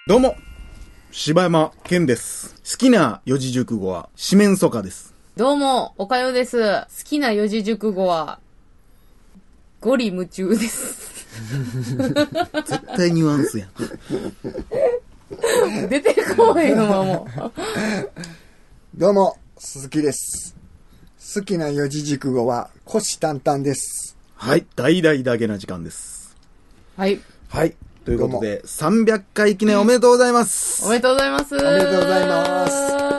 どうも、柴山健です。好きな四字熟語は四面楚歌です。 どうも、おかよです。好きな四字熟語は、ゴリ夢中です。 絶対ニュアンスやん。 出てこいよ、もう。 どうも、鈴木です。好きな四字熟語は、虎視眈々です。 はい、大々だけな時間です。 はい。 はい。ということで、300回記念おめでとうございます。 おめでとうございます。 おめでとうございます。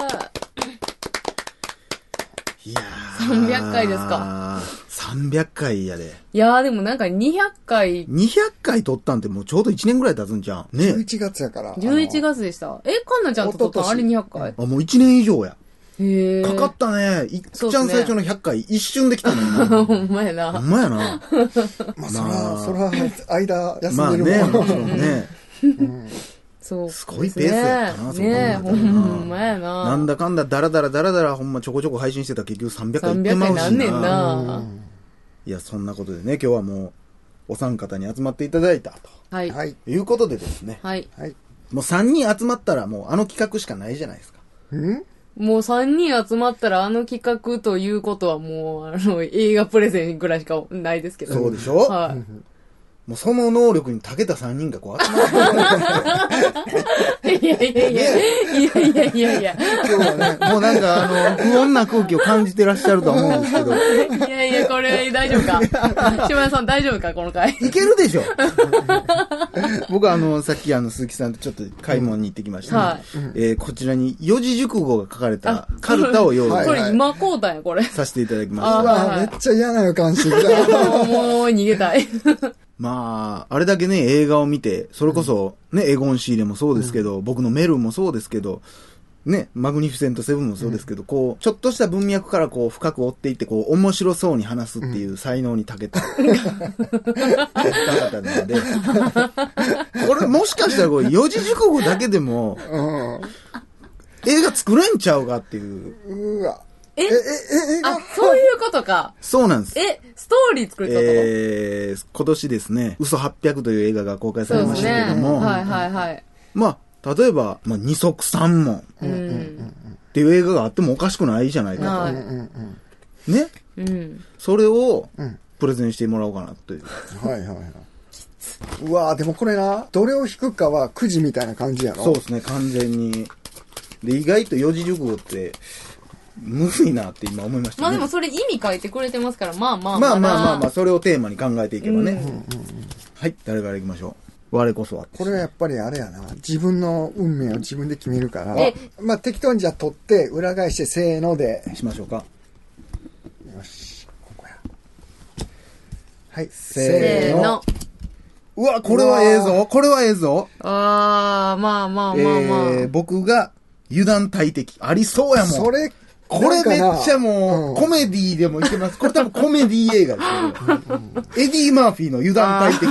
いやー。300回ですか。 300回やで。 いやーでもなんか200回。 200回撮ったんってもうちょうど1年ぐらい経つんじゃん。ね。 11月やから。 11月でした。カンナちゃんと撮ったのあれ200回？ あ、もう1年以上や。 へかかったね。いっちゃん最初の100回、一瞬できたのにな。 ほんまやな。 ほんまやな。 そら、間休んでるもん。まあね、もちろんね。 そう。 すごいペースやったな、そこね。ほんまやな。 なんだかんだだらだらほんまちょこちょこ配信してたら結局300回いってまうしな。 300回なんねんな。 いや、そんなことでね、今日はもう、お三方に集まっていただいたと。 はい。 いうことでですね。 はい。 もう3人集まったらもうあの企画しかないじゃないですか。 もう3人集まったらあの企画ということはもう映画プレゼンぐらいしかないですけど。 そうでしょ？ はい。 もうその能力に長けた3人がこう集まっていや。今日はね、もうなんか不穏な空気を感じてらっしゃると思うんですけど。 いや、これ大丈夫か？島田さん大丈夫かこの回。 いけるでしょ。僕はさっき鈴木さんとちょっと買い物に行ってきました、ね。はい。こちらに四字熟語が書かれたカルタを用意これ今こうたんや、これ。 させていただきました。 めっちゃ嫌な予感してきた。 もう逃げたい。 まあ、あれだけね、映画を見て、それこそ、ね、エゴンシーレもそうですけど、僕のメルもそうですけど、ね、マグニフィセントセブンもそうですけど、こう、ちょっとした文脈からこう、深く追っていって、こう、面白そうに話すっていう才能に長けた方なので、これもしかしたらこれ、四字熟語だけでも、映画作れんちゃうかっていう。 うわ。 そういうことか。 そうなんです。 ストーリー作るってこと？今年ですね、嘘800という映画が公開されましたけども、 はい。 まあ、例えば、二足三門っていう映画があってもおかしくないじゃないかと。ね？それをプレゼンしてもらおうかなという。 はい。うわでもこれな、どれを引くかはくじみたいな感じやろ？ そうですね、完全に。で、意外と四字熟語って、むずいなって今思いましたね。 まあでもそれ意味書いてくれてますから、まあ、それをテーマに考えていけばね。はい、誰から行きましょう。我こそは。 これはやっぱりあれやな。自分の運命を自分で決めるから。まあ適当にじゃあ取って、裏返してせーので。 しましょうか。 よし、ここや。はい、 せーの。 うわ、これはええぞ。 まあ。 僕が油断大敵。ありそうやもん。これめっちゃもう、コメディでもいけます。これ多分コメディ映画ですよ。エディ・マーフィーの油断大敵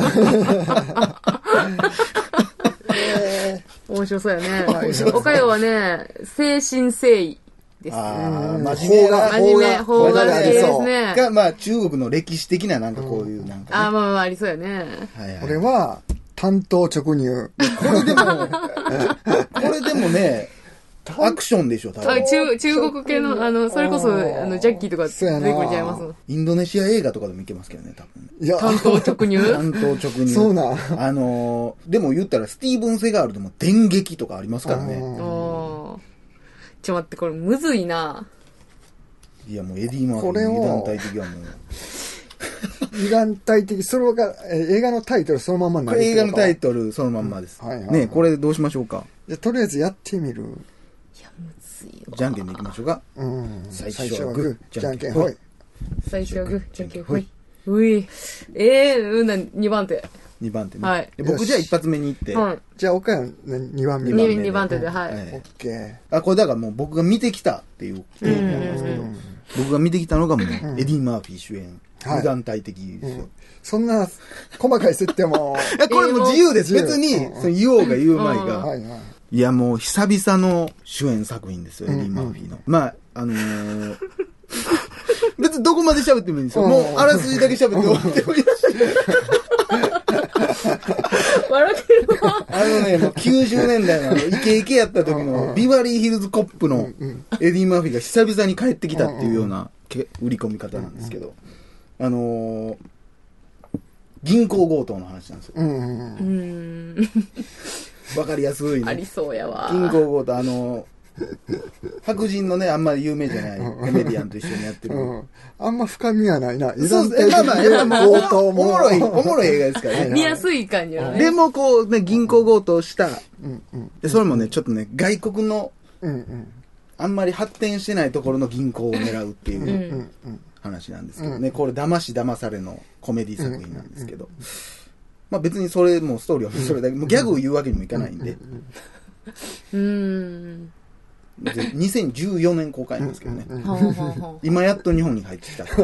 ですよ。面白そうやね。おかよはね、誠心誠意です。 真面目、 法が好きですね。 が、まあ中国の歴史的ななんかこういうなんか、ね。 まあ、ありそうやね。 これは、単刀直入。 これでもね、アクションでしょ、多分。 中国系の、それこそ、ジャッキーとか出てくるんちゃいます？ インドネシア映画とかでもいけますけどね、多分。 いや、 単刀直入そうな。 でも言ったら、スティーブン・セガールでも電撃とかありますからね。 ちょっと待って、これむずいな。 いや、もうエディ・マーフィーの油断大敵はもう。 油断大敵、それが、映画のタイトルそのまんまになる。 これ映画のタイトルそのまんまです。ね、これどうしましょうか。 じゃとりあえずやってみる。 いや、むずいよ。 じゃんけんでいきましょうか。 最初はグー、じゃんけんほい。 最初はグー、じゃんけんほい。2番手。 2番手ね。 はい。 僕じゃあ一発目に行って。 じゃあ、岡山2番目。 2番手で、はい。 オッケー。 これだからもう僕が見てきたっていうことなんですけど、僕が見てきたのがもう、エディ・マーフィー主演、油断大敵ですよ。 そんな、細かい設定も。 これも自由です。別に、言おうが言うまいが。いや、もう久々の主演作品ですよ、エディ・マーフィーの。まあ、別にどこまで喋ってもいいんですよ。もう、あらすじだけ喋って終わってもいいし。 笑ってるわ。 ね、もう90年代のイケイケやった時のビバリーヒルズコップのエディ・マーフィーが久々に帰ってきたっていうような売り込み方なんですけど、銀行強盗の話なんですよ。わかりやすいね。 ありそうやわ。 銀行強盗、白人のね、あんまり有名じゃないコメディアンと一緒にやってる。 あんま深みはないな。 そうですね。まあ、おもろい映画ですからね。 見やすい感じのね。 でもこうね、銀行強盗した。で、それもね、ちょっとね、外国の、あんまり発展してないところの銀行を狙うっていう話なんですけどね。これ、騙し騙されのコメディ作品なんですけど。まあ別にそれもストーリーはそれだけ、もうギャグを言うわけにもいかないんで。2014年公開なんですけどね。今やっと日本に入ってきたから。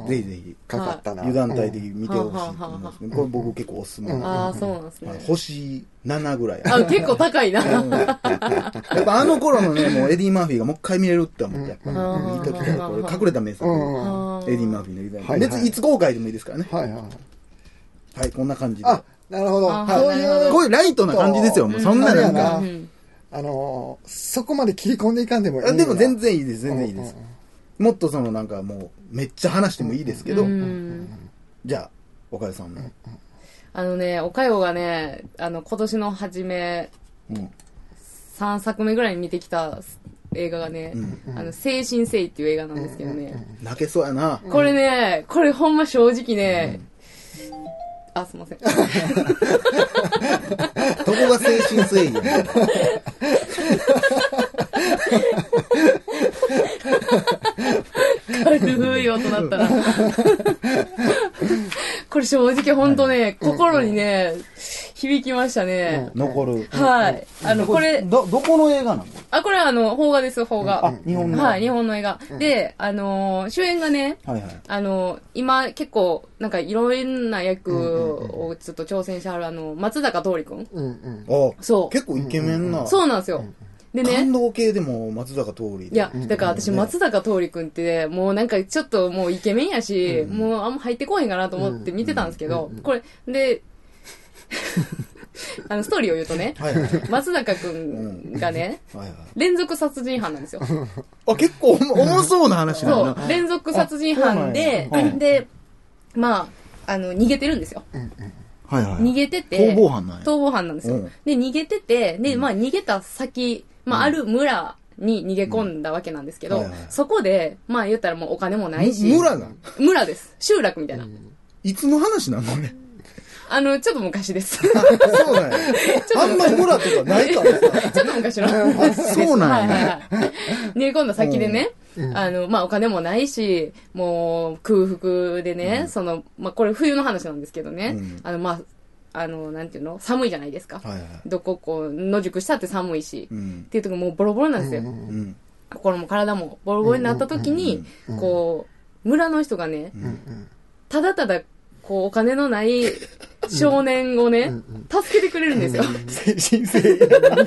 ぜひぜひ、 かかったな。 油断大で見てほしいと思いますね。これ僕結構おすすめなんで。 ああ、そうなんですね。 星7ぐらい。 あ、結構高いな。 やっぱあの頃のね、もうエディ・マーフィーがもう一回見れるって思って、やっぱ見ときたい。これ隠れた名作。エディ・マーフィーの時代。別にいつ公開でもいいですからね。はい、こんな感じで。 あ、なるほど。 こういうライトな感じですよ。もうそんななんか。 そこまで切り込んでいかんでもいい。 でも全然いいです、全然いいです。もっとそのなんかもう、めっちゃ話してもいいですけど、じゃあ、岡谷さんの。 岡代がね、今年の初め、3作目ぐらいに見てきた映画がね、精神誠意っていう映画なんですけどね。 泣けそうやな。 これね、これほんま正直ね、あ、すいません。どこが精神誠意やねん。 軽い音だったら。これ正直ほんとね、心にね、響きましたね。 残る。 はい。これ、 どこの映画なの？ あ、これは邦画です、邦画。 あ、日本の。 はい、日本の映画。で、主演がね、今結構、なんかいろんな役をちょっと挑戦してはる、松坂桃李くん。そう。 結構イケメンな。 そうなんですよ。でね。 感動系でも松坂桃李。 いや、だから私松坂桃李くんって、もうなんかちょっともうイケメンやし、もうあんま入ってこへんかなと思って見てたんですけど、これ、で、ストーリーを言うとね、松坂くんがね、連続殺人犯なんですよ。 あ、結構重そうな話なんだ。 そう、連続殺人犯で、で、まあ、逃げてるんですよ。逃げてて、 逃亡犯なんや。 逃亡犯なんですよ。で、逃げてて、で、まあ逃げた先、まあある村に逃げ込んだわけなんですけど、そこで、まあ言ったらもうお金もないし。村です。集落みたいな。 いつの話なのね。 ちょっと昔です。 そうなんや。あんまり村とかないからさ。 ちょっと昔の。 そうなんや。 逃げ込んだ先でね、まあお金もないし、もう空腹でね、まあこれ冬の話なんですけどね、まあ、なんていうの寒いじゃないですか。どこ野宿したって寒いし、っていうとこもうボロボロなんですよ。心も体もボロボロになった時に、こう、村の人がね、ただただ、こう、お金のない少年をね、助けてくれるんですよ。 精神誠意。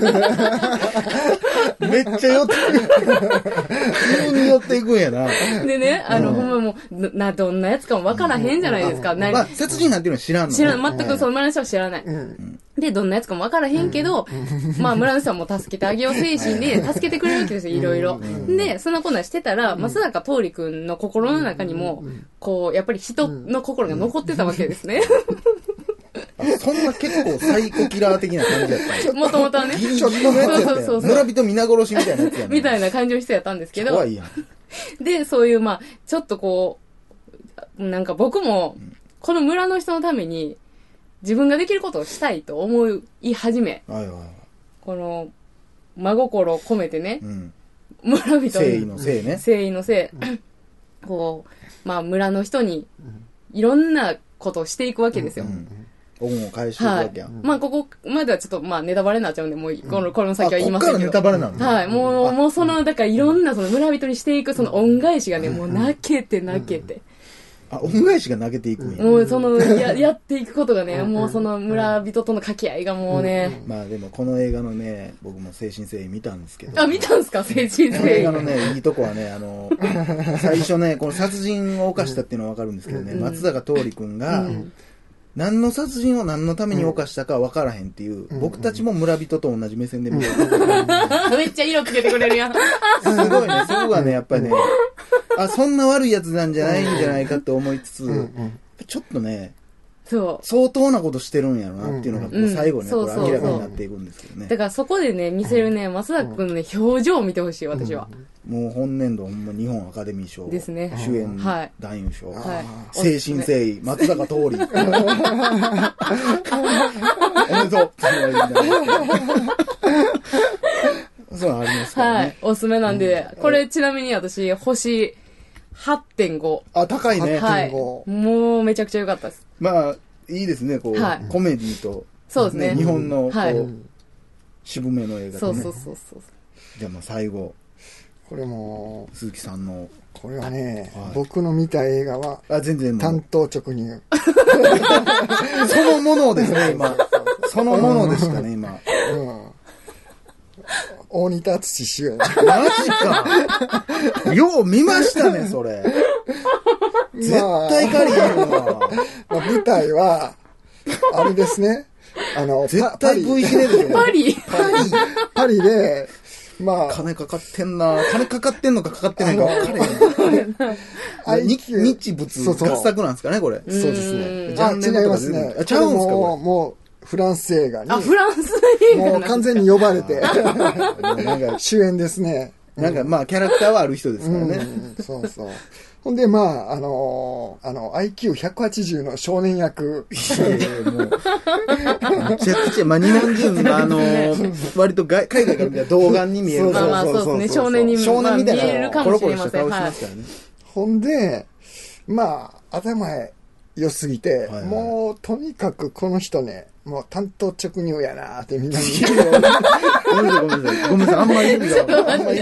めっちゃ寄ってくる。急に寄っていくんやな。 でね、ほんまもう、どんなやつかもわからへんじゃないですか。 まあ、殺人なんていうのは知らんの？ 全くその村の人は知らない。で、どんなやつかもわからへんけど、まあ、村の人はもう助けてあげよう精神で助けてくれるわけですよ、いろいろ。で、そんなこんなんしてたら、松坂桃李くんの心の中にも、こう、やっぱり人の心が残ってたわけですね。 そんな結構サイコキラー的な感じやったんもともとはね。 ギリギリのやつやったんや。村人皆殺しみたいなやつやみたいな感じの人やったんですけど。 怖いやん。 で、そういう、まあ、ちょっとこう、なんか僕も、この村の人のために、自分ができることをしたいと思い始め、この、真心を込めてね、村人に、 誠意の誠意ね。 誠意の誠意、こう、まあ村の人に、いろんなことをしていくわけですよ。 恩を返していくわけやん。 まあここまではちょっとまあネタバレになっちゃうんで、もうこの先は言いませんけど。 こっからネタバレなの？ はい。もうだからいろんなその村人にしていくその恩返しがね、もう泣けて。 あ、恩返しが投げていくんや。 もうやっていくことがね、もうその村人との掛け合いがもうね。 まあでもこの映画のね、僕も精神誠意見たんですけど。 あ、見たんすか？精神誠意。 映画のね、いいとこはね、最初ね、この殺人を犯したっていうのはわかるんですけどね、松坂桃李くんが、 何の殺人を何のために犯したか分からへんっていう、僕たちも村人と同じ目線で見てる。 めっちゃ色つけてくれるやん。 すごいね、そこがね、やっぱりね、そんな悪いやつなんじゃないんじゃないかって思いつつ、ちょっとね、相当なことしてるんやろなっていうのが、最後ね、これ明らかになっていくんですけどね。 だからそこでね、見せるね、増田君のね、表情を見てほしい、私は。 もう本年度、ほんま日本アカデミー賞。 ですね。 主演男優賞。 はい。 誠心誠意、松坂桃李。おめでとうそういうのありますからね。はい。 おすすめなんで、これちなみに私、星8.5。 高いね。 はい。もうめちゃくちゃ良かったです。 まあ、いいですね、こう、コメディと、 そうですね。 日本の、こう、渋めの映画そう。 じゃあまあ最後。 これも、 鈴木さんの。 これはね、僕の見た映画は、 全然単刀直入。 そのものですね、今。そのものでしたね、今。 大仁田敦主演。 マジか。よう見ましたね、それ。絶対借りへんわ。 舞台は、あれですね。 絶対 V シネでしょ。 パリで、 金かかってんな。金かかってんのかかってないか分かれへん。日仏合作なんですかね、これ。 そうですね。違いますね。 ちゃうんすか、 もう、フランス映画に。 フランス映画もう完全に呼ばれて。主演ですね。 なんかまあ、キャラクターはある人ですからね。 そうそう。ほんで、IQ180 の少年役。 めちゃくちゃ、まあ、日本人が割と海外から見たら童顔に見える。 そうですね。少年に見えるかもしれません。 ほんで、頭良すぎて、もう、とにかくこの人ね、もう単刀直入やなーってみんなに言うよ。 ごめんなさい、あんまり意味がわからない。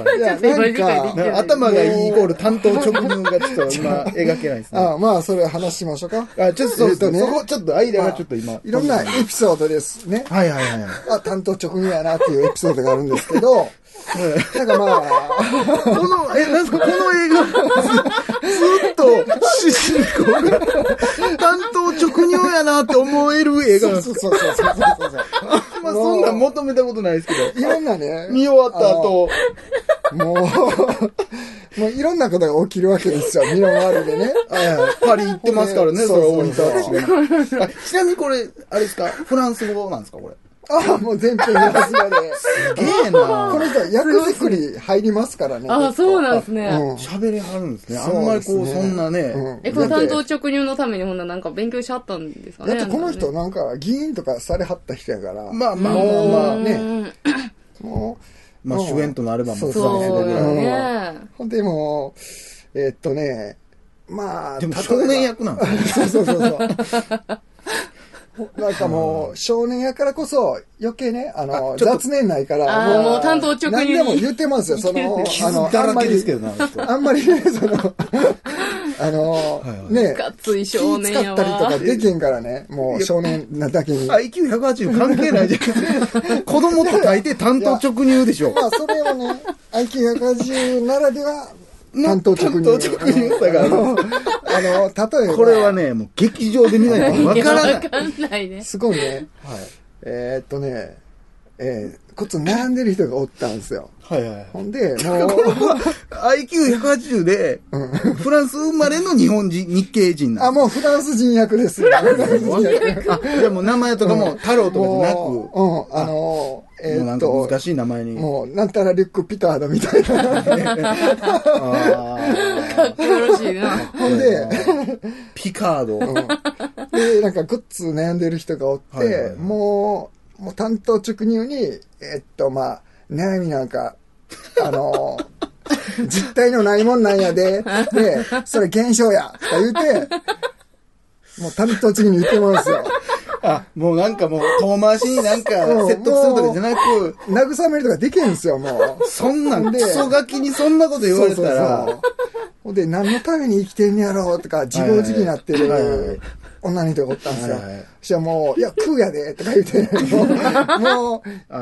頭がいいイコール単刀直入がちょっと今描けないですね。 それ話しましょうか。 ちょっとそうですね。そこちょっと間がちょっと今。 いろんなエピソードですね。 はい。 単刀直入やなっていうエピソードがあるんですけど、なんかなんすかこの映画、ずっと主人公が単刀直入やなって思える映画なんですか。 そう。 そんなん求めたことないですけど。 いろんなね。 見終わった後。 もういろんなことが起きるわけですよ。身の回りでね。 パリ行ってますからね、それは大仁田敦が。ちなみにこれ、あれですかフランス語なんですかこれ。 もう全編フランス語で。 すげえなこの人、役作り入りますからね。 そうなんですね。 喋りはるんですね。あんまりこう、そんなね。 この単刀直入のためにほんななんか勉強しはったんですかね。 だってこの人なんか議員とかされはった人やから。 ね。 もう、 主演となればもうそうね。 ほんでもう、でも少年役なんですね。 そう。なんかもう、少年やからこそ、余計ね、雑念ないから、 もう単刀直入に。 何でも言ってますよ、 傷だらけですけどな、 あんまりね、ね、気使ったりとかできんからね、もう少年なだけに。 IQ180 関係ないじゃないですか。子供と書いて単刀直入でしょ。 それをね、IQ180 ならでは、単刀直入さが例えば。 これはね、もう劇場で見ないとわからない。 わかんないね。 すごいね。こっち並んでる人がおったんですよ。ほんで、もう、 IQ180 で、フランス生まれの日系人なんです。 もうフランス人役ですよ。 じゃあもう名前とかも太郎とかじゃなく、なんか難しい名前に。 もう、なんたらリュック・ピタードみたいな。 かっこよろしいな。 ほんで、 ピカード。 で、なんかグッズ悩んでる人がおって、もう単刀直入に、悩みなんか、実体のないもんなんやで、で、それ現象や、とか言うて、もう単刀直入に言ってますよ。 もうなんかもう遠回しになんか説得するとかじゃなく、 慰めるとかできるんですよ、もう。 そんなんで、クソガキにそんなこと言われたら。 ほんで、何のために生きてんねやろうとか、自暴自棄になってる女の人がおったんですよ。そしたらもう、いや、食うやで、とか言って、もう、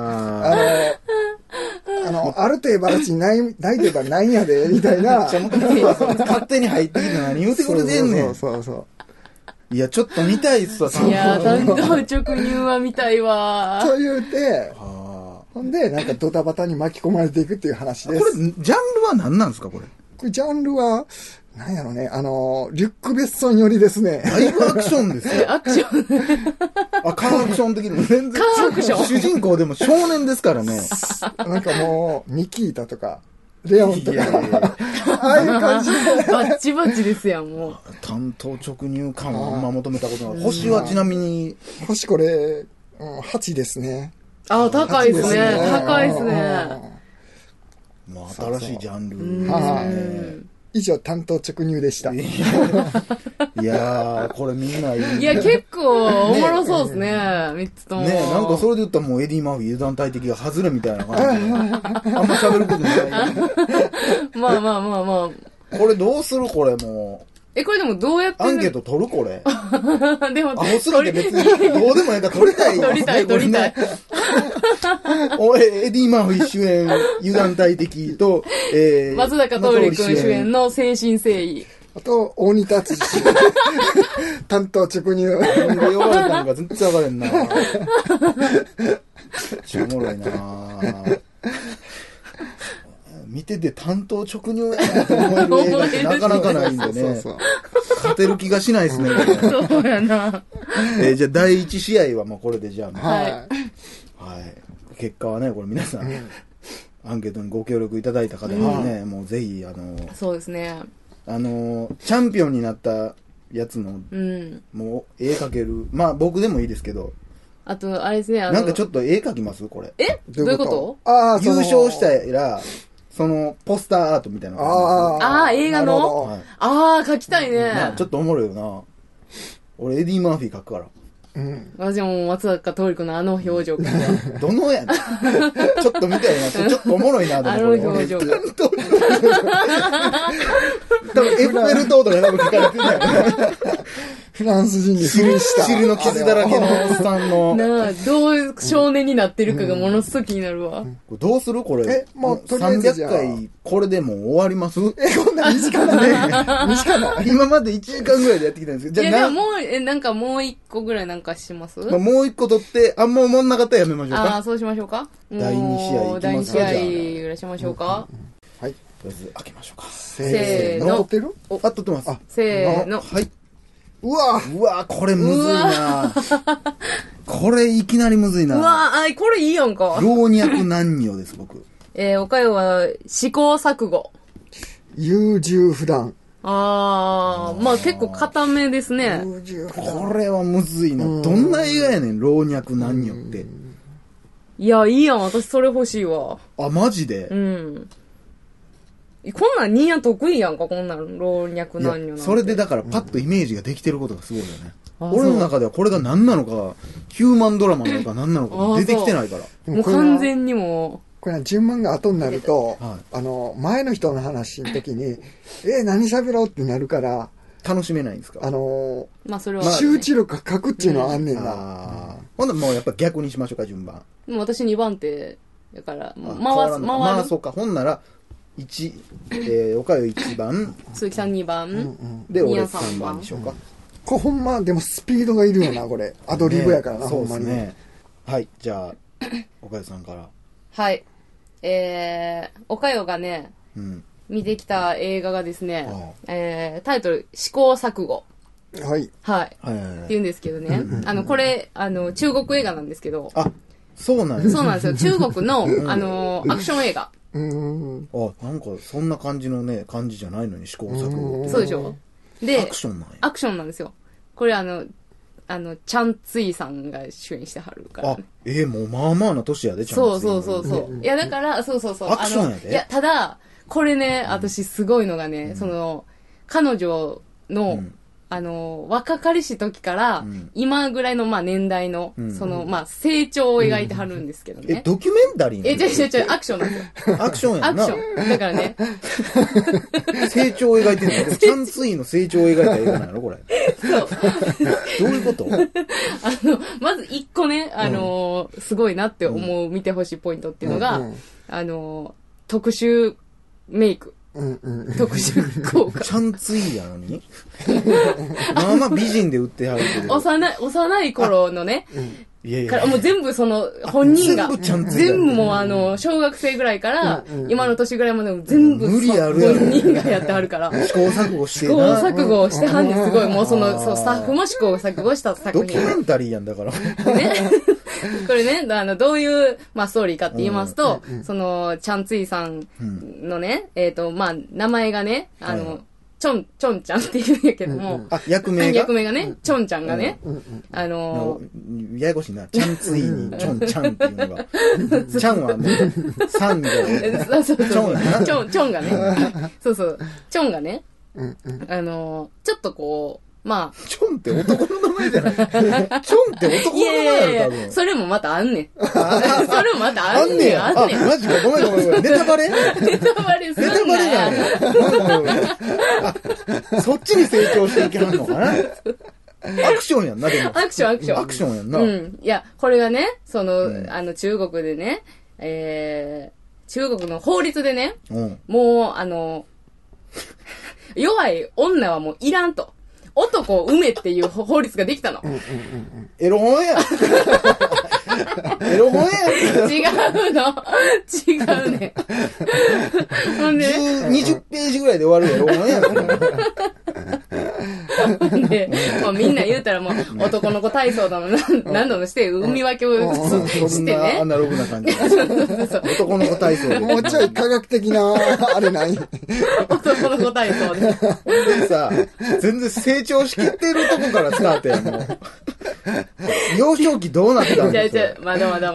あるといえばあるし、ないといえばないんやで、みたいな。 勝手に入ってきて何言うてくれてんねん。 そう。 いや、ちょっと見たいっすわ、 いやー、単刀直入は見たいわと言うて、 はほんで、なんかドタバタに巻き込まれていくっていう話です。 これ、ジャンルは何なんですか、これ。 これジャンルは、なんやろね、リュック・ベッソン寄りですね。 ライブアクションですよ。 アクション。 あ、カーアクション的に。全然。 カーアクション主人公でも少年ですからね。 なんかもう、ニキータとか、レオンとか、 いやいやいやああいう感じで。 バッチバチですやん、もう。 単刀直入感はあんま求めたことない。星はちなみに、 星これ、8ですね。 あ、高いですね。高いですね。 まあ、新しいジャンルですはね。 以上、単刀直入でした。 いやー、これみんないい。 いや、結構、おもろそうですね。3つとも。 ねなんかそれで言ったらもうエディ・マーフィー油断大敵が外れみたいな感じで。あんま喋ることない。 まあまあまあまあ。 これどうするこれもう。 これでもどうやってアンケート取るこれ。 でも、 アホすぎて別にどうでもいいから取りたい。 取りたい、取りたい。 おエディ・マーフィー主演、油断大敵と、 松坂桃李君主演の誠心誠意。 あと、大仁田敦単刀直入。 なんで呼ばれたのか全然わからへんな。めっちゃおもろいな。見てて単刀直入やなと思える映画ってなかなかないんでね。 そう勝てる気がしないですね。 そうやな。 じゃあ第1試合はまあこれでじゃあ、 はい。 はい。結果はね、これ皆さん、アンケートにご協力いただいた方にね、もうぜひ、 そうですね。 チャンピオンになったやつの、もう絵描ける。まあ僕でもいいですけど、 あと、あれですね、 なんかちょっと絵描きますこれ。 どういうことああ、 優勝したら、その、ポスターアートみたいな感じです。 ああ、映画のはいああ、描きたいね。 まあちょっとおもろいよな。俺、エディ・マーフィー描くから。 私も松坂桃李君のあの表情描くどのやねん。ちょっと見たいな。ちょっとおもろいな、でもあの表情が。 多分、エッフェル塔とか多分書かれてるやん。 フランス人に扮した。 汁の傷だらけのおっさんの。 なあ、どう少年になってるかがものすごく気になるわ。 どうするこれ。 もうとりあえずじゃあ 300回、これでもう終わりますこんな短ないね。短ない。 今まで1時間ぐらいでやってきたんですけど。 いや、でももう、なんかもう一個ぐらいなんかしますまあもう一個取って、あんま思んなかったらやめましょうか。 ああ、そうしましょうか。 第二試合いきますか第2試合ぐらいしましょうか。 はい。 とりあえず開けましょうか。 せーの撮ってるあ、撮ってます。 せーの。 はい。 うわうわこれむずいなこれいきなりむずいな。 うわあ、これいいやんか。 老若男女です、僕。 おかよは試行錯誤。 優柔不断。 ああ、まあ結構固めですね。 優柔不断。 これはむずいな。どんな映画やねん、老若男女って。 いや、いいやん。私それ欲しいわ。 あ、マジでうん。こんなんニーヤン得意やんか、こんなん老若いや男女なんて。 それでだからパッとイメージができてることがすごいよね。 あ俺の中ではこれが何なのか、ヒューマンドラマなのか何なのか出てきてないから。 もう完全にもこれは順番が後になると、 は前の人の話の時に、何喋ろうってなるから、 楽しめないんですかまあそれは、 集中力が書くっていうのはあんねんな。 ほんならもうやっぱ逆にしましょうか、順番。 でも私2番手だから、 まあそうか。ほんなら、おかよ1番、 鈴木さん2番、 で、俺宮さん 3番にしようか。 これほんま、でもスピードがいるよな、これ。アドリブやからな、 そほんまに。 うですね。はい、じゃあ、おかよさんから。 はい。おかよがね、見てきた映画がですね、タイトル、試行錯誤。 はい。 はい。って言うんですけどね。これ、中国映画なんですけど。 あ、そうなんですそうなんですよ。中国の、アクション映画。 なんか、そんな感じのね、感じじゃないのに試行錯誤。 そうでしょで、 アクションなんや。 アクションなんですよ。これチャンツイさんが主演してはるから、ね。 もうまあまあな年やで、ちゃんと。 そう。いや、だから、そう。 アクションやで。 いや、ただ、これね、私すごいのがね、彼女の、若かりし時から、今ぐらいの、まあ、年代の、まあ、成長を描いてはるんですけどね。 ドキュメンタリー違う、アクションなんですよ。 アクションやな。 アクション。だからね。 成長を描いてるのでも、チャンツイの成長を描いた映画なのこれ。 そう。 どういうことまず一個ね、すごいなって思う、見てほしいポイントっていうのが、特殊メイク。 特殊効果。 ちゃんついやのにまあまあ美人で売ってはるけど。 幼い頃のね、 いやいやからもう全部その本人が、 全部ちゃんついだ全部もう小学生ぐらいから、今の年ぐらいまでも全部無理あるやろ本人がやってはるから。 試行錯誤して試行錯誤してはんですごい。もうそうスタッフも試行錯誤した作ドキュメンタリーやんだから。 ね。これね、どういう、まあ、ストーリーかって言いますと、その、チャンツイさんのね、まあ、名前がね、チョンちゃんって言うんやけども。 役名がね、チョンちゃんがね、 ややこしいな。チャンツイにチョンちゃんっていうのが。チャンはね、サンで。チョンがね。そうそう。チョンがね、ちょっとこう、まあ。 チョンって男の名前じゃないチョンって男の名前やろ、多分。 それもまたあんねん。それもまたあんねん。 マジか、ごめん。ネタバレすんなや。そっちに成長していけはんのかなアクションやんな、でも。 アクションやんな。 いや、これがね、その、中国でね、中国の法律でね、もう、弱い女はもういらんと。男を産めっていう法律ができたの。 エロ本や。エロ本や。 違うね。ほんで、 20ページぐらいで終わるエロ本や。 で、もうみんな言うたらもう男の子体操だの何度もして産み分けをしてね。 アナログな感じ。男の子体操で。 もうちょい科学的な、あれない男の子体操で。 でさ、全然成長しきってるとこからスタートやん、もう。幼少期どうなったんですか？ まだ。 チョ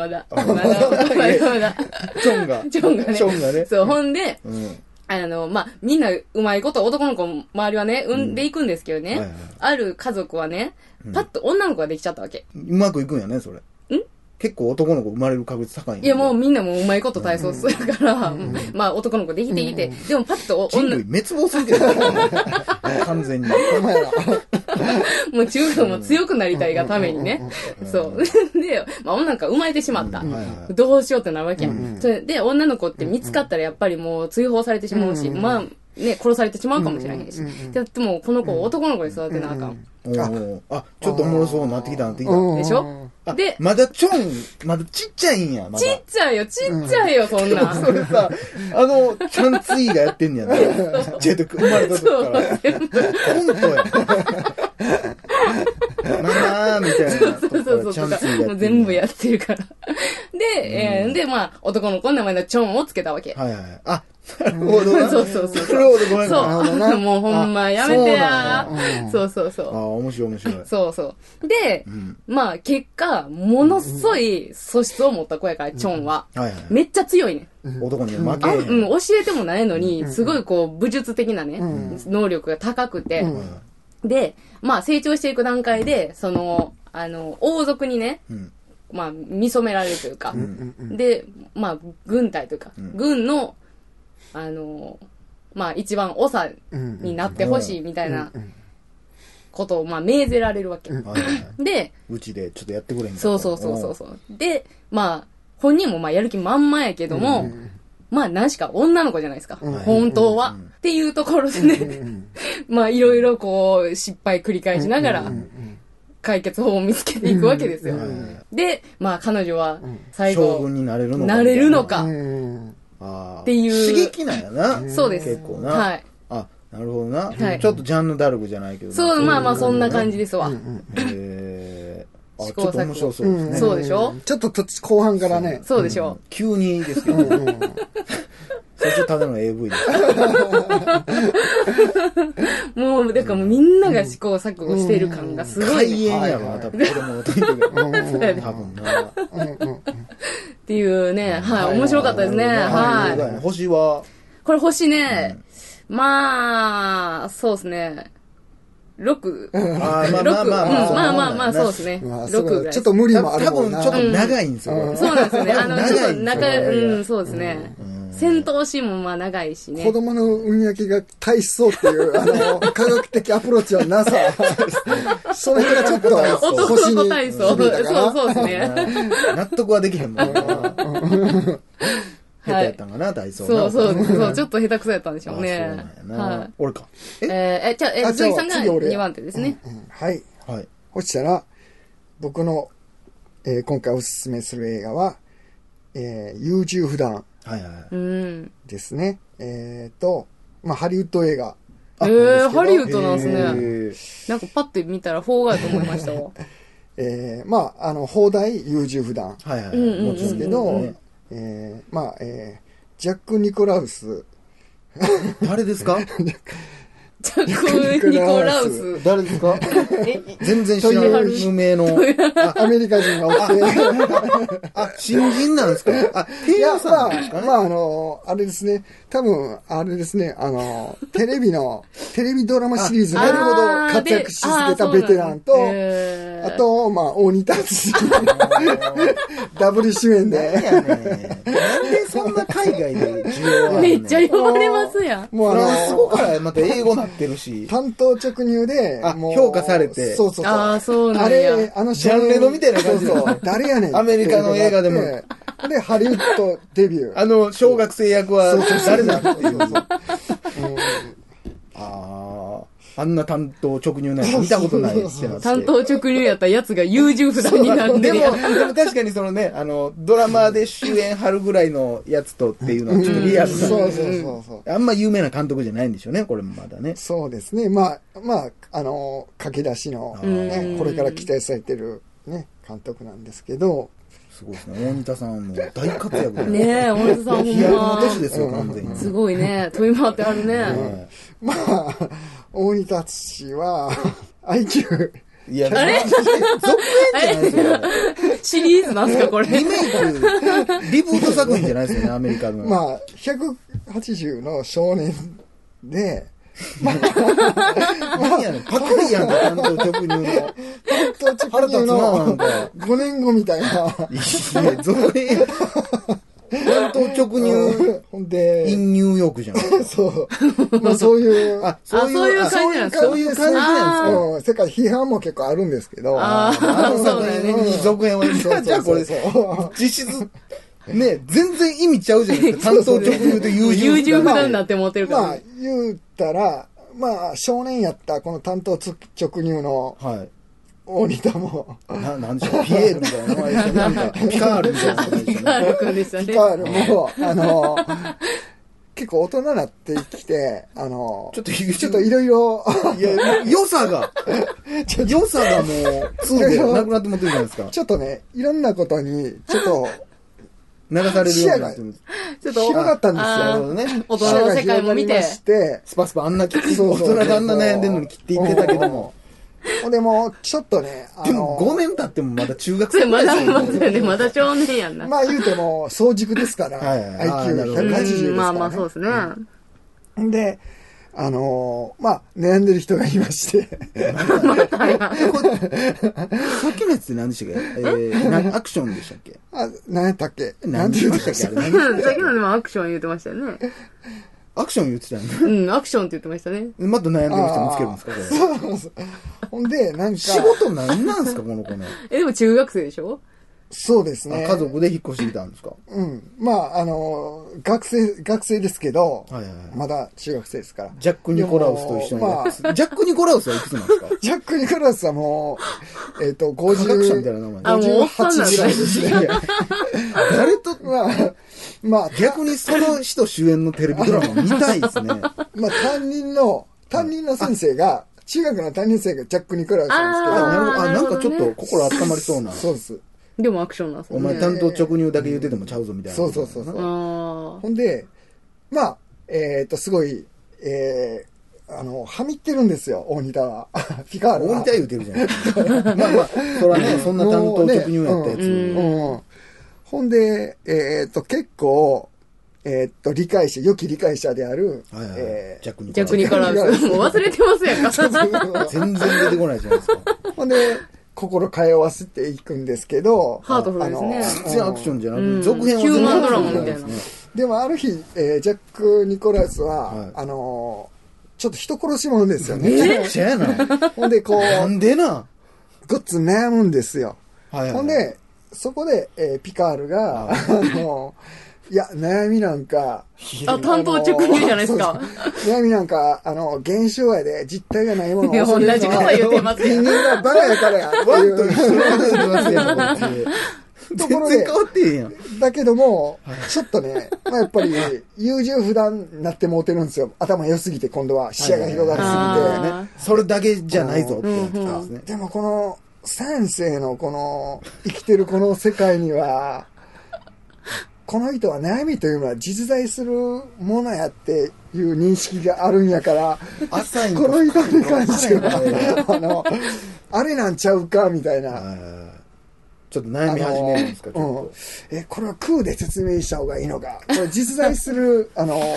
ンがね。 そう、ほんで、まあ、みんなうまいこと男の子周りはね、産んでいくんですけどね、ある家族はね、パッと女の子ができちゃったわけ。 うまくいくんやね、それ。結構男の子生まれる確率高いんや。 いや、もうみんなもううまいこと体操するから、まあ男の子できていて、でもパッと人類滅亡するけど、完全に。 もう中国も強くなりたいがためにね。そう。で、まあ女の子が生まれてしまった。どうしようってなるわけや。で、女の子って見つかったらやっぱりもう追放されてしまうし、まあ、ね、殺されてしまうかもしれへんし。でも、この子を男の子に育てなあかん。 ちょっとおもろそうになってきた。でしょで、 まだちっちゃいんや、まだ。 ちっちゃいよ、そんな。 それさ、チャンツイがやってんねやな。ちっちゃい時生まれた時から。コントや。ママみたいな。チャンツイが。 もう全部やってるから。で、まあ、男の子の名前のチョンをつけたわけ。 はいはい。なるほどな。 そう。 なるほど、ごめん。 そう。もうほんまやめてや。そう。 面白い。 そう。で、まあ結果、ものすごい素質を持った子やから、チョンは。めっちゃ強いね。 男に負けへん。 教えてもないのに、すごいこう、武術的なね、能力が高くて。で、まあ成長していく段階で、その、王族にね、まあ見初められるというか、で、まあ軍隊というか、軍の、まあ一番長になってほしいみたいなことをまあ命ぜられるわけ。で、 うちでちょっとやってくれんか。 そう。で、まあ本人もまあやる気満々やけども、まあ何しか女の子じゃないですか。本当は。っていうところでね、まあいろいろこう失敗繰り返しながら、解決法を見つけていくわけですよ。で、まあ彼女は最後、 将軍になれるのか。っていう。 刺激なんやな。 そうです。 結構な。 はい。 なるほどな。ちょっとジャンヌ・ダルクじゃないけど。 そう、まあそんな感じですわ。 ちょっと面白そうですね。 そうでしょ？ ちょっと後半からね。 そうでしょ？ 急にですけど。そっちただの AV です。 もう、だからみんなが試行錯誤している感がすごい。 開演やろな、多分。子供の時に。多分な。 っていうね、はい、面白かったですね。はい。 星はこれ星ね、まあ、そうですね。6。まあ、そうですね。6ぐらい。 ちょっと無理もある多分ちょっと長いんですよ。 そうなんですよね。ちょっとそうですね。戦闘シーンもまあ長いしね。 子供の産み分けが大しそうっていう、科学的アプローチはなさ。それがちょっと、 男の子体操。そうですね。 納得はできへんもんな。 手やったんかな、体操。 そう、ちょっと下手くそやったんでしょうね。 そうなんやな。俺か。 じゃあ、鈴木さんが2番手ですね。 はい。そしたら、僕の、今回おすすめする映画は、優柔不断ですね。ハリウッド映画。 ハリウッドなんですね。なんかパッて見たら邦画やと思いましたわ。 邦題優柔不断ですけど、ジャック・ニコラウス。 誰ですか？ ジャック・ニコラウス。 誰ですか？全然知らない無名の。 アメリカ人がおって。 新人なんですか？ いや、あれですね。多分、あれですね。テレビドラマシリーズで活躍し続けたベテランと、あと、大仁田敦。ダブル主演で。 なんでそんな海外で需要はめっちゃ呼ばれますやん。 もうフランス語からまた英語なってるし。 担当直入で、 評価されて。 そう。 そうなんや。 あれ、 ジャンレノみたいな感じで。 誰やねん。 アメリカの映画でも。 で、ハリウッドデビュー。 小学生役は誰だっていう。あんな担当直入なやつ見たことないですけど。 担当直入やったやつが優柔不断になってるやん。 でも確かにそのね、ドラマで主演張るぐららいのやつとっていうのはちょっとリアルな。 そう。 あんま有名な監督じゃないんでしょうね、これもまだね。 そうですね。駆け出しの、ね、これから期待されてるね、監督なんですけど、 すごいですね。大仁田さんも大活躍だねえ、大仁田さんほんま。 飛躍の年ですよ、完全に。 すごいね。飛び回ってあるね。 大仁田敦は、IQ。 いや、あれ続編じゃないですよ。 シリーズなんすか、これ。 リメイク、リブート作品じゃないですよね、アメリカの。 180の少年で、 何やねん、パクリやんか、担当直入の。 担当直入の5年後みたいな。いや、 続編や。担当直入。 ほんで、 インニューヨークじゃん。 そう。そういう。 そういう感じなんですか？ そういう感じなんですか？ 世界批判も結構あるんですけど。 作品に続編を言ったじゃあこれ、実質、ね、全然意味ちゃうじゃないですか。担当直入で優柔不断なって思ってるから。 言うたら、少年やったこの担当直入の、大仁田も。 なんでしょう、ピエールみたいな名前ですよね。なんか、ピカールみたいな名前ですよね。 ピカール君でしたね。 ピカールも、結構大人になってきて、ちょっといろいろ。 いや、良さがもう、2でなくなって持ってるじゃないですか。 ちょっとね、いろんなことに、ちょっと、 流されるようになってるんです。 ちょっと広がったんですよ。 なるほどね。 大人の世界も見て。 スパスパあんな大人があんな悩んでるのに切っていってたけども。 でも、ちょっとね、 でも5年経ってもまだ中学生まだ少年やんな。 言うても、早熟ですから、IQ180 ですからね。 そうですね。 で、悩んでる人がいまして。 さっきのやつって何でしたっけ？アクションでしたっけ？ 何やったっけ？ 何て言うんでしたっけ？ さっきのでもアクション言ってましたよね。 アクション言ってたよね。 アクションって言ってましたね。 また悩んでる人見つけるんですか、これ。 そう。ほんで、なんか。 仕事何なんですか、この子ね。 でも中学生でしょ？ そうですね。 家族で引っ越してきたんですか？ 学生ですけど、まだ中学生ですから。 ジャック・ニコラウスと一緒に。ジャック・ニコラウスはいくつなんですか？ ジャック・ニコラウスはもう、50。 科学者みたいな名前。 58ぐらいですね。 誰と、逆にその人主演のテレビドラマ見たいですね。 担任の先生が、中学の担任先生がジャック・ニコラウスなんですけど、 なんかちょっと心温まりそうな。 そうです。 でもアクションなんですね。 お前担当直入だけ言うててもちゃうぞみたいな。 そう。ほんで、すごい、はみってるんですよ、大仁田は。ピカールは。 大仁田言うてるじゃないですか。そらね、そんな担当直入やったやつ。 ほんで、結構、良き理解者である、 ジャック・ニコラウス。もう忘れてますやんか。 全然出てこないじゃないですか。 ほんで、心通わせていくんですけど、 ハートフルですね。 全然アクションじゃなくて、続編はヒューマンドラマみたいな。 でもある日、ジャック・ニコラウスは、ちょっと人殺し者ですよね。 めちゃくちゃやな。 ほんで、 なんでな。 ごっつ悩むんですよ。ほんで、そこで、ピカールが、 いや、悩みなんか。 担当直入じゃないですか。 悩みなんか、現象やで、実体がないものを同じこと言ってますよ。 人間がバカやからや。 ワンと一緒の話してますやん、こっち。全然変わってへんやん。 だけども、ちょっとね、まあ、やっぱり、優柔不断になってもうてるんですよ。頭良すぎて、今度は視野が広がりすぎて。 ね。それだけじゃないぞってやつですね。 でもこの、先生のこの、生きてるこの世界には、この人は悩みというのは実在するものやっていう認識があるんやから、この人に関しては、あれなんちゃうか、みたいな。 ちょっと悩み始めるんですか、 これは空で説明した方がいいのか。これ実在する、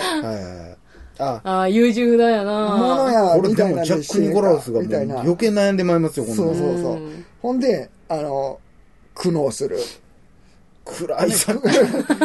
優柔不断やなものや、みたいな。 ジャック・ニコラウスがもう余計悩んでまいりますよ、 そうそうそう。ほんで、苦悩する。 暗いさ。大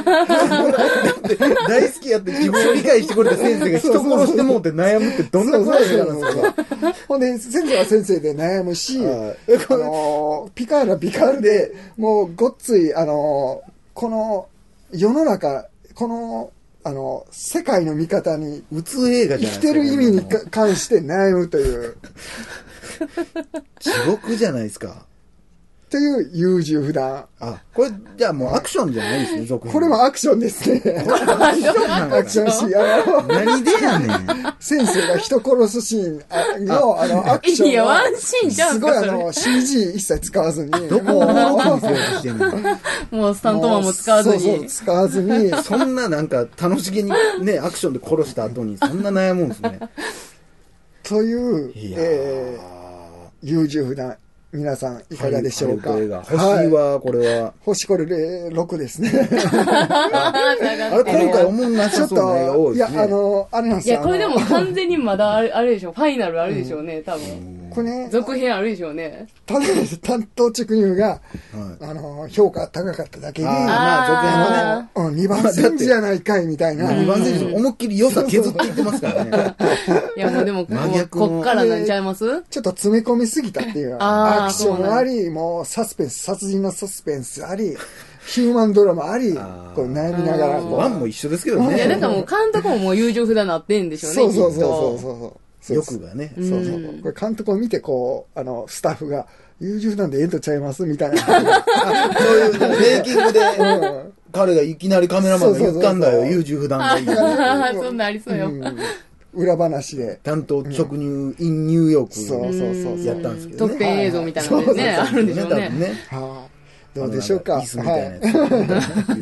好きやって自分を理解してくれた先生が人殺してもうって悩むってどんな暗い映画なんですか。 ほんで、先生は先生で悩むし、ピカールはピカールで、もうごっつい、この世の中、この、世界の見方に、 うつ映画じゃないですか。 生きてる意味に関して悩むという。 地獄じゃないですか。 という優柔不断。 これ、じゃあもうアクションじゃないですね、 これもアクションですね。アクションシーン。 何でやねん。 先生が人殺すシーンの、アクション。 いや、ワンシーンじゃん。 すごいCG 一切使わずに。 どこを見せようとしてんの。 もうスタントマンも使わずに。 そう、使わずに。 そんななんか楽しげにね、アクションで殺した後にそんな悩むんですね。 という、優柔不断。皆さんいかがでしょうか。 星はこれは星これ6ですね。 あれ今回思んなさそうな映画多いですね。 いやあれなんですよ。 いやこれでも完全にまだあれでしょ。ファイナルあるでしょうね、多分。 これね、 続編あるでしょうね。 ただ担当直入が評価高かっただけで、 まあ続編はね、2番戦時じゃないかいみたいな。 2番戦時思いっきり良さ削っていってますからね。 いやもうでもこっからなんちゃいます？ ちょっと詰め込みすぎたっていう。アクションあり、もうサスペンス、殺人のサスペンスあり、ヒューマンドラマあり、こう悩みながら。 ワンも一緒ですけどね。 いやなんかもう監督ももう優柔不断なってんでしょうね。 そう欲がね。 そう。これ監督を見て、こう、スタッフが、優柔不断でええんとちゃいますみたいな。 そういうメイキングで、彼がいきなりカメラマンが言ったんだよ、優柔不断がいい。 そんなありそうよ。 裏話で。 担当直入 in ニューヨークやったんですけどね。 特典映像みたいなのね、あるんでしょうね。 どうでしょうか。 椅子みたいなやつ。ああ、そう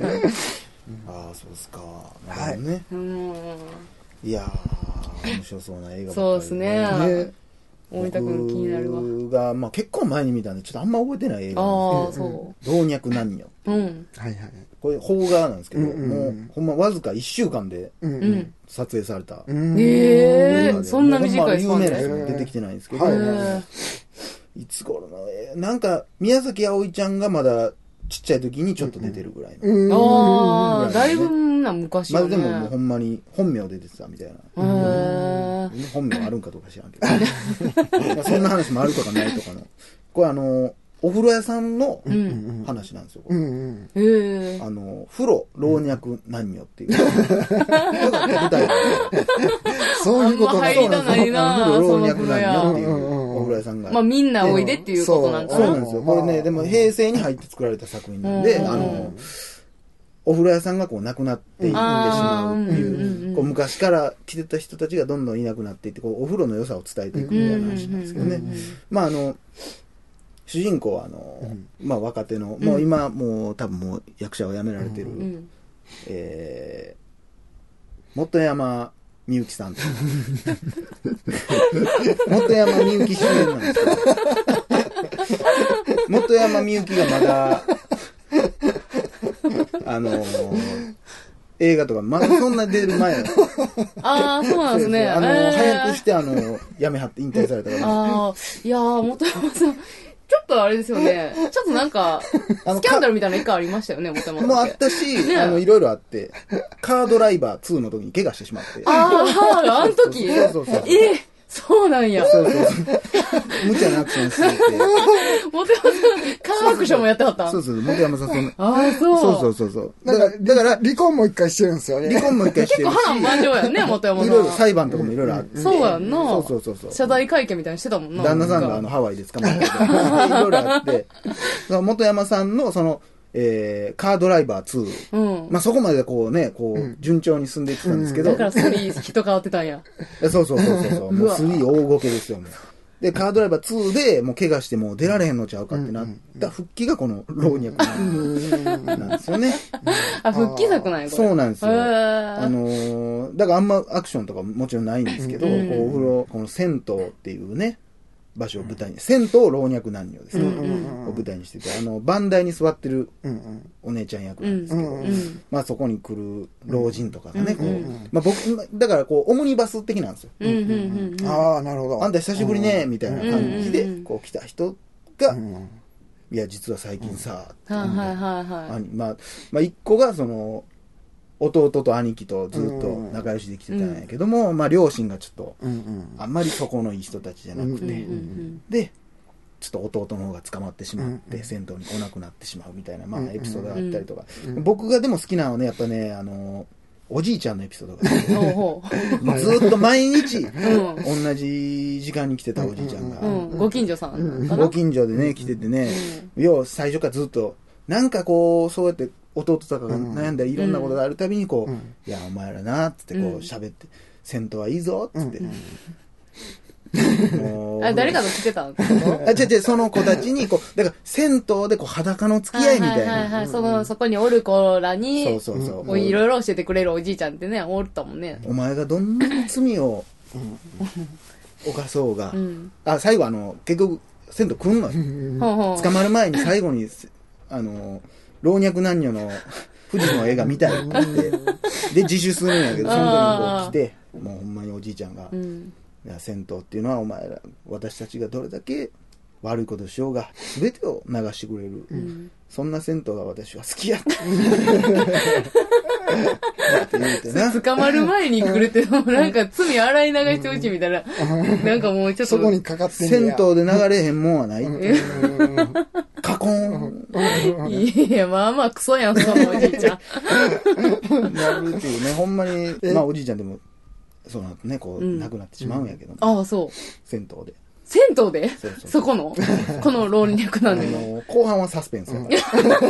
ですか。なるほどね。いやー、面白そうな映画ばっかり。 そうですね。大分君気になるわ。 僕が、まあ結構前に見たんで、ちょっとあんま覚えてない映画なんですけど、老若男女。これ、邦画なんですけど、もう、ほんまわずか1週間で撮影された。 そんな短い有名な人も出てきてないんですけど、いつ頃のなんか、宮崎あおいちゃんがまだちっちゃい時にちょっと出てるぐらいの。 ああ、だいぶな昔よね。まあでももうほんまに本名で出てたみたいな。本名あるんかどうか知らんけど。そんな話もあるとかないとかの。これお風呂屋さんの話なんですよ。風呂、老若男女っていう。舞台そういうことなんだ。 風呂、老若男女っていうお風呂屋さんが。 まあみんなおいでっていうことなんかな。 そうなんですよ。これね、でも平成に入って作られた作品なんで、お風呂屋さんがこう亡くなっていってしまうっていう、こう昔から来てた人たちがどんどんいなくなっていって、こうお風呂の良さを伝えていくみたいな話なんですけどね。まあ主人公はまあ若手の、もう今もう多分もう役者を辞められてる、本山みゆきさん。本山みゆき主演なんですけど、本山みゆきがまだ、映画とかまだそんな出る前ああ、そうなんですね。 早くして辞めはって引退されたから。 ああ、いやー、本山さん。ちょっとあれですよね。ちょっとなんか、スキャンダルみたいな一回ありましたよね、もともと。 もあったし、いろいろあって、カードライバー2の時に怪我してしまって。 あの時そうなんや。 そうそうそう。無茶なアクションしてて。 本山さん、カーアクションもやってはったん？ そうそう、本山さん、 ああ、そう。 そう。 だから、離婚も一回してるんですよね。 離婚も一回してるし。 結構波乱万丈やんね、本山さん。 いろいろ裁判とかもいろいろあって。 そうやんな。 そう。 謝罪会見みたいにしてたもんな。 旦那さんがハワイで捕まってたりとか、いろいろあって、本山さんのカードライバー2。まあそこまでこう、順調に進んでいってたんですけど。 だから3人変わってたんや。 そう。もう3大ごけですよ、もう。で、カードライバー2でもう怪我してもう出られへんのちゃうかってなった復帰がこの老若なんですよね。 あ、復帰作なんや、これ。 そうなんですよ。だからあんまアクションとかもちろんないんですけど、お風呂、この銭湯っていうね、場所を舞台に、銭湯老若男女ですね、を舞台にしてて、番台に座ってるお姉ちゃん役なんですけど、まあそこに来る老人とかがね、こう、まあ僕、だからこう、オムニバス的なんですよ。 ああ、なるほど。 あんた久しぶりね、みたいな感じで、こう来た人が、いや、実は最近さ、まあ一個が弟と兄貴とずっと仲良しできてたんやけども、まあ両親がちょっと、あんまりそこのいい人たちじゃなくて、で、ちょっと弟の方が捕まってしまって、銭湯に来なくなってしまうみたいな、まあエピソードがあったりとか、僕がでも好きなのはね、やっぱね、おじいちゃんのエピソードがずっと毎日、同じ時間に来てたおじいちゃんが、 ご近所さんご近所でね、来ててね、最初からずっと、なんかこう、そうやって、弟とかが悩んだりいろんなことがあるたびにこう、いやお前らなっつってこう喋って、銭湯はいいぞっつって、 あ、誰かと来てたん違うその子たちにこうだから銭湯でこう裸の付き合いみたいな、 そこにおる子らにそういろいろ教えてくれるおじいちゃんってねおったもんね。 お前がどんなに罪を犯そうが、最後結局銭湯来んのよ、捕まる前に最後に老若男女の富士の絵が見たいって言って、で、自首するんやけど、その時にこう来て、もうほんまにおじいちゃんが、いや、銭湯っていうのはお前ら、私たちがどれだけ悪いことしようが、全てを流してくれる。そんな銭湯が私は好きやって。って言うてな。 捕まる前に来るって、なんか罪洗い流してほしいみたいな。なんかもうちょっと。 そこにかかってんねや。銭湯で流れへんもんはないって。カコーン。 いや、まあまあクソやん、そのおじいちゃん。なるっていうね、ほんまに、まあおじいちゃんでも、そうなってね、こう、亡くなってしまうんやけど。 ああ、そう。 銭湯で。 銭湯でそこのこの老若男女の。 後半はサスペンスやから。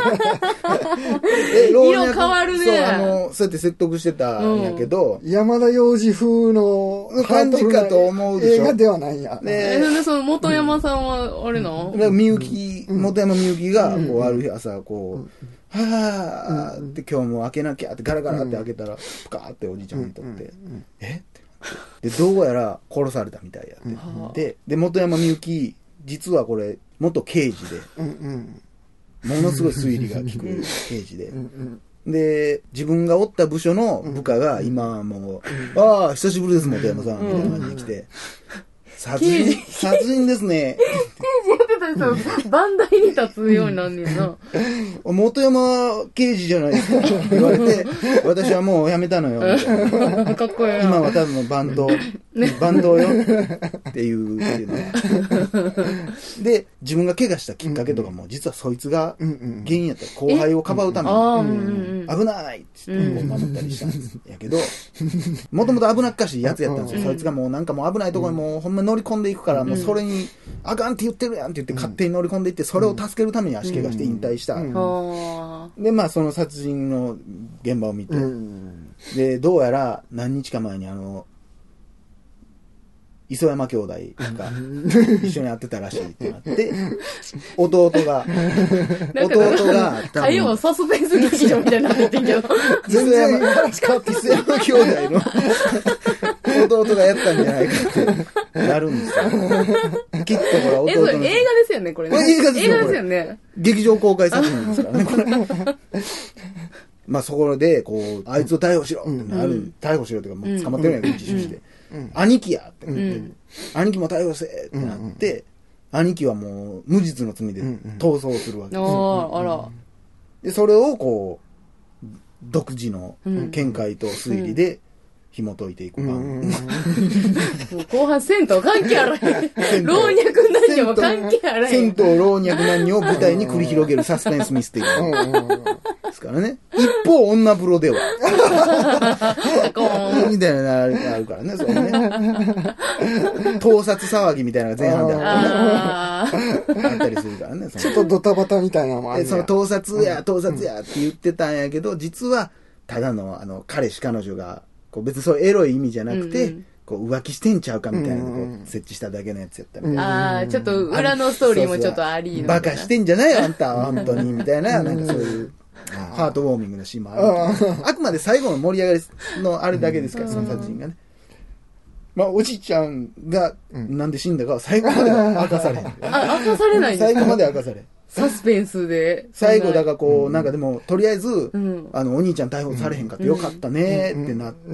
色変わるね。 そうやって説得してたんやけど。 山田洋次風の感じかと思うでしょ。 映画ではないんや。 で、その元山さんは、あれな元山みゆきが、こう、ある日朝、こう、はぁーって今日も開けなきゃってガラガラって開けたら、プカーっておじいちゃんにとって、えで、どうやら殺されたみたいやって。で、元山みゆき、実はこれ、元刑事で、ものすごい推理が効く刑事で、で、自分がおった部署の部下が今もう、ああ、久しぶりです、元山さん、みたいな感じで来て、殺人ですね。 刑事やってた人、番台に立つようになんねんな。 元山刑事じゃないですか。言われて、私はもう辞めたのよ。 かっこいい。 今はただのバンドよ。っていうの。で、自分が怪我したきっかけとかも、実はそいつが原因やった。後輩をかばうために、危ないって言って守ったりしたんですやけど、もともと危なっかしいやつやったんですよ。そいつがもうなんかもう危ないところにもうほんま乗り込んでいくから、もうそれに、あかんって言ってるやんって言って勝手に乗り込んでいって、それを助けるために足怪我して引退した。で、まあその殺人の現場を見て、で、どうやら何日か前に磯山兄弟が一緒に会ってたらしいってなって、弟が多様サスペンス劇場みたいになっててんけど。 磯山兄弟の弟がやったんじゃないかってなるんですよ。きっとこれ弟の。 映画ですよね、これね。 映画ですよね。 劇場公開作品ですからね、これ。まあそこで、こう、あいつを逮捕しろってなる、逮捕しろっていうか、もう捕まってるんやけど、自首して。兄貴やってなって、兄貴も逮捕せってなって、兄貴はもう無実の罪で逃走するわけですよ。 あら。 で、それをこう、独自の見解と推理で紐解いていく番組。 もう後半銭湯関係あらへん。老若男女も関係あらへん。 銭湯老若男女を舞台に繰り広げるサスペンスミステリー。ですからね。一方、女風呂では。みたいなのがあるからね、それね。盗撮騒ぎみたいなのが前半であったりするからね。 ちょっとドタバタみたいなのもある。 その盗撮やって言ってたんやけど、実は、ただの、彼氏彼女が、こう別にそういうエロい意味じゃなくて、こう浮気してんちゃうかみたいなのを設置しただけのやつやったみたいな。 ああ、ちょっと裏のストーリーもちょっとありバカしてんじゃないよ、あんたは、本当に、みたいな、なんかそういう、ハートウォーミングなシーンもある。あくまで最後の盛り上がりのあれだけですから、その殺人がね。まあ、おじいちゃんがなんで死んだかは最後まで明かされへん。 明かされないんですか？ 最後まで明かされん。 サスペンスで。 最後、だからこう、なんかでも、とりあえず、お兄ちゃん逮捕されへんかってよかったねってなって、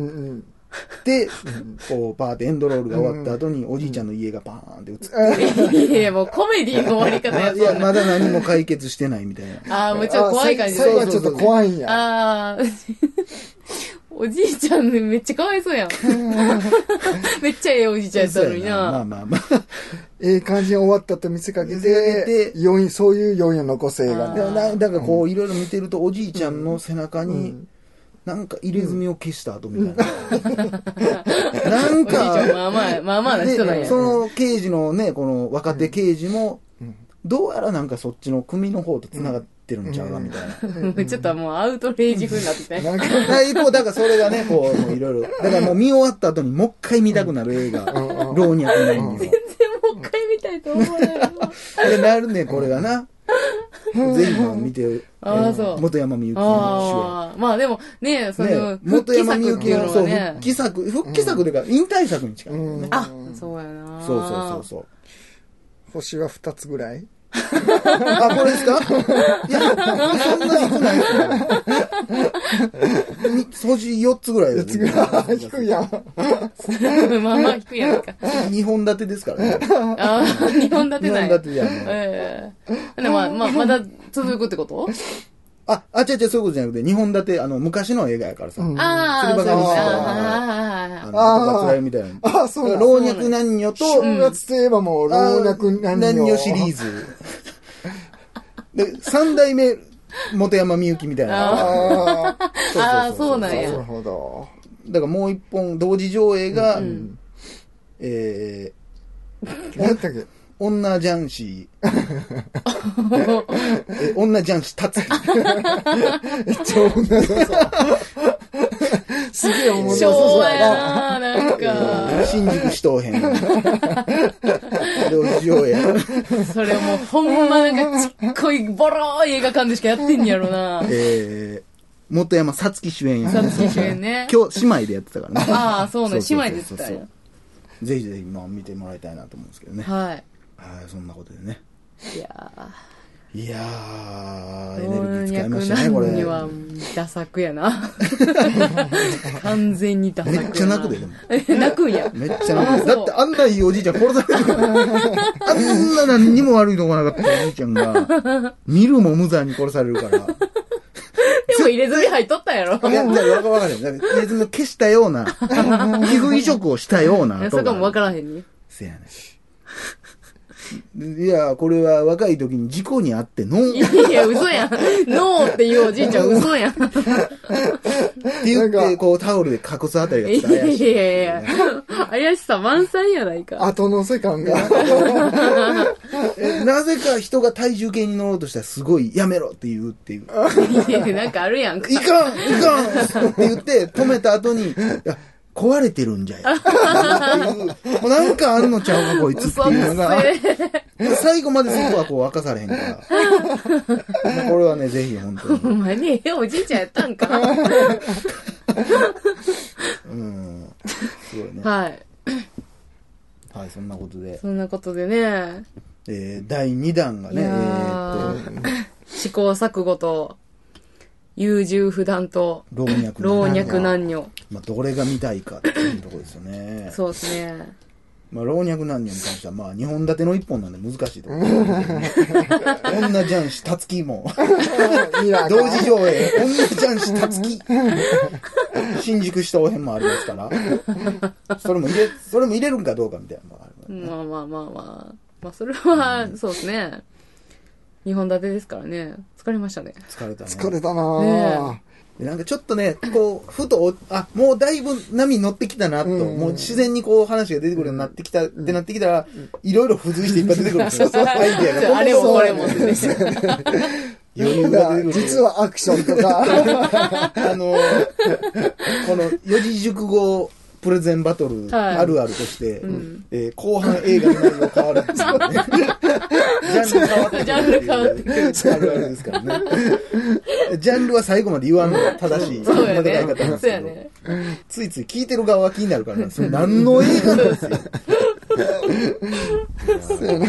こう、パーってエンドロールが終わった後に、おじいちゃんの家がパーンって映って。 いや、もうコメディの終わり方やつ。 いや、まだ何も解決してないみたいな。 ああ、もうちょっと怖い感じで。 最後はちょっと怖いんや。 ああ。おじいちゃんめっちゃかわいそうやん。めっちゃええおじいちゃんやったのにな。 まあまあまあ。 ええ感じに終わったと見せかけて、そういう要因を残す映画ね。だからこう、いろいろ見てると、おじいちゃんの背中に、なんか入れ墨を消した後みたいな。なんか、 おじいちゃんまあまあな人なんや。 その刑事のね、この若手刑事も、どうやらなんかそっちの組の方と繋がってるんちゃうかみたいな。 ちょっともうアウトレイジ風になってきたね。 一方、だからそれがね、こう、いろいろ。だからもう見終わった後にもう一回見たくなる映画。老若男女。 全然もう一回見たいと思わないわ。 なるね、これがな。ぜひ見て、元山みゆきの主演。まあでもね、その、 元山みゆきの復帰作というか、引退作に近い。 あ、そうやな。 そう。 星は2つぐらいあ、これですか？いや、そんな低ないですよ。星4つぐらいです。 低いやん。 まあまあ低いやんか。 2本立てですからね。 ああ、2本立てない。 2本立てじゃん。 まだ続くってこと？ 違う、そういうことじゃなくて、2本立て、昔の映画やからさ。 ああ、 釣りバカにしたとか辛いみたいな。 ああ、そうだ。 老若男女と、 正月といえばもう、老若男女シリーズ。で、3代目、元山みゆきみたいな。 ああ、そうなんや。 なるほど。 だからもう一本、同時上映が、 何やったっけ？ 女雀士。女雀士立つ。 めっちゃ女そう。すげえ面白そうやな、なんか。 新宿死闘編。同時上映。 それもうほんまなんかちっこいボロい映画館でしかやってんやろな。 元山さつき主演や。 さつき主演ね。 今日姉妹でやってたからね。 ああ、そうね。姉妹でやってたんや。 ぜひぜひ見てもらいたいなと思うんですけどね。 はい。 そんなことでね。 いやー、エネルギー使いましたね、これ。 には、ダ作やな。完全にダ作やな。 めっちゃ泣くで、でも。 泣くんや。 めっちゃ泣く。だってあんないいおじいちゃん殺されてるから。あんな何にも悪いとこなかったおじいちゃんが、見るも無残に殺されるから。でも入れ墨入っとったやろ。 いや、わかんない。入れ墨を消したような、皮膚移植をしたような。 そこもわからへんね。 せやね。いや、これは若い時に事故にあっていや、嘘やん。ノーっていうおじいちゃん嘘やん。って言って、こうタオルで隠すあたりがちょっと怪しい。 いや。怪しさ満載やないか。 後乗せ感が。 なぜか人が体重計に乗ろうとしたらすごいやめろって言うっていう。 いや、なんかあるやんか。 いかんって言って止めた後に、いや壊れてるんじゃよ。もうなんかあるのちゃうかこいつっていうのが、最後までそこはこう明かされへんから。これはね、ぜひ本当に。 ほんまにおじいちゃんやったんか。すごいね。 はい。 はい、そんなことで。 そんなことでね。 第2弾がね、 試行錯誤と、優柔不断と、老若男女。 まあ、どれが見たいかっていうところですよね。 そうですね。 まあ、老若男女に関しては、まあ、2本立ての1本なんで難しいと思う。女雀士、たつきも。同時上映、女雀士、たつき。新宿市東編もありますから。それも入れるんかどうかみたいなのがある、 ね。まあまあまあまあ。まあ、それは、そうですね。2本立てですからね。疲れましたね。 疲れたね。 疲れたなぁ。 なんかちょっとね、こう、ふと、もうだいぶ波乗ってきたなと、もう自然にこう話が出てくるようになってきた、ってなってきたら、いろいろ付随していっぱい出てくるんですよ。そのアイデアが。 あれもこれもってね。 余裕が出てくる。 実はアクションとか。 この四字熟語プレゼンバトルあるあるとして、後半映画の内容変わるっていうね。ジャンル変わってくる。あるあるですからね。ジャンルは最後まで言わんのが正しい。 そうやね。 そうやね。ついつい聞いてる側は気になるからね。それ何の映画なんですよ。 そうやな。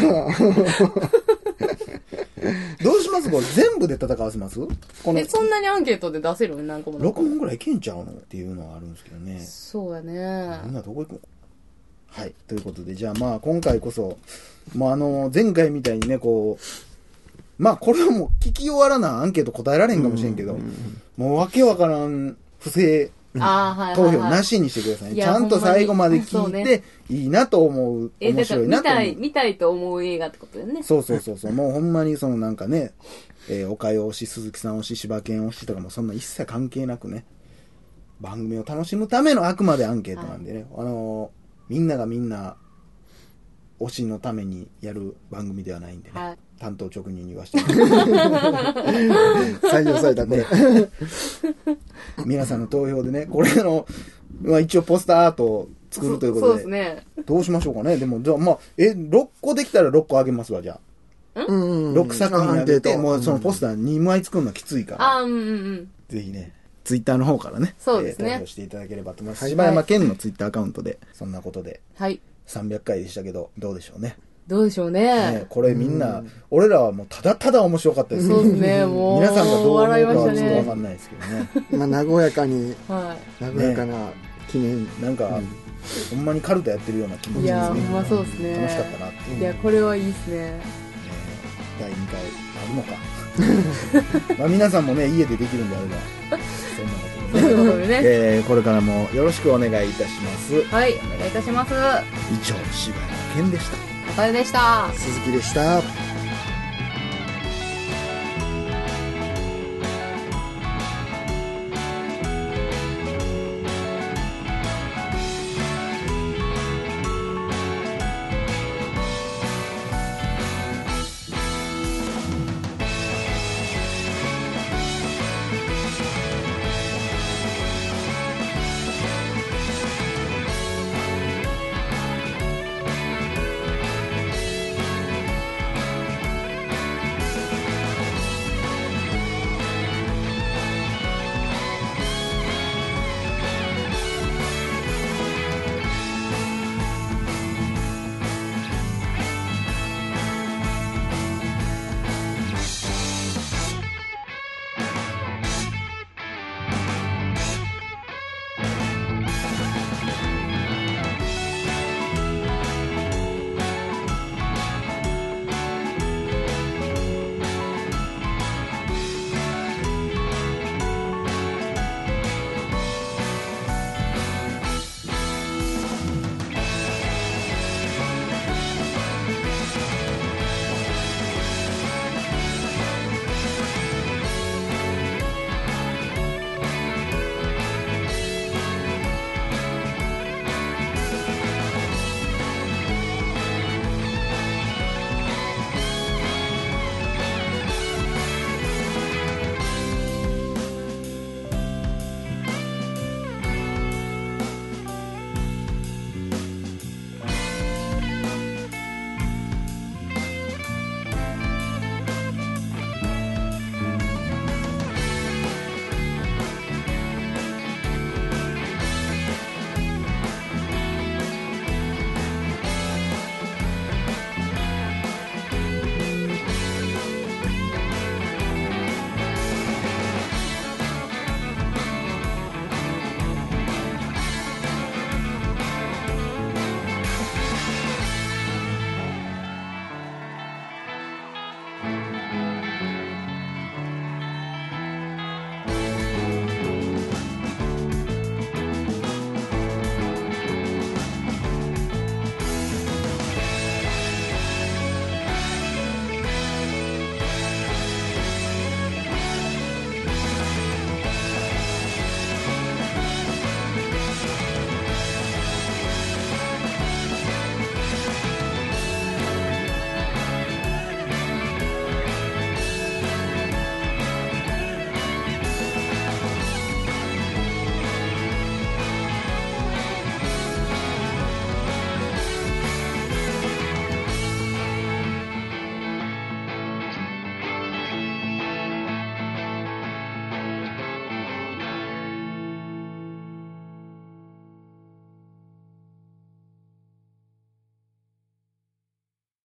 どうしますこれ全部で戦わせますそんなにアンケートで出せるの何個も 6問ぐらいいけんちゃうのっていうのはあるんですけどね。 そうやね。 みんなどこ行くの？はい。ということで、じゃあまあ今回こそ、まあ前回みたいにね、こう、まあこれはもう聞き終わらなアンケート答えられんかもしれんけど、もうわけわからん不正投票なしにしてください。ちゃんと最後まで聞いて、いいなと思う、面白いなと思う。 見たいと思う映画ってことだよね。 そうそうそうそう。もうほんまにそのなんかね、岡代推し、鈴木さん推し、柴犬推しとかもそんな一切関係なくね、番組を楽しむためのあくまでアンケートなんでね、みんながみんな推しのためにやる番組ではないんでね、はい、担当直入に言わせて採用されたこれ、 ね、皆さんの投票でね、これの、まあ、一応ポスターアートを作るということで、 そうですね、 どうしましょうかね。でもじゃあまあ6個できたら6個あげますわ。じゃあ6作品あげて、もうそのポスター2枚作るのはきついから、ぜひねツイッターの方からね、 そうですね、 投票していただければと思います。柴山健のツイッターアカウントでそんなことで、 はい、 300回でしたけどどうでしょうね。 どうでしょうね。 これみんな、俺らはもうただただ面白かったですそうですね、もう。 皆さんがどう思うかはちょっとわかんないですけどね。 まあ、和やかに、和やかな記念。 なんか、ほんまにカルタやってるような気持ちですね。 いや、ほんまそうですね。 楽しかったなっていう。 いや、これはいいですね。 第2回あるのか。まあ皆さんもね、家でできるんであれば、そんなことでね。これからもよろしくお願いいたします。 はい、お願いいたします。 以上、柴山健でした。 おかゆでした。 鈴木でした。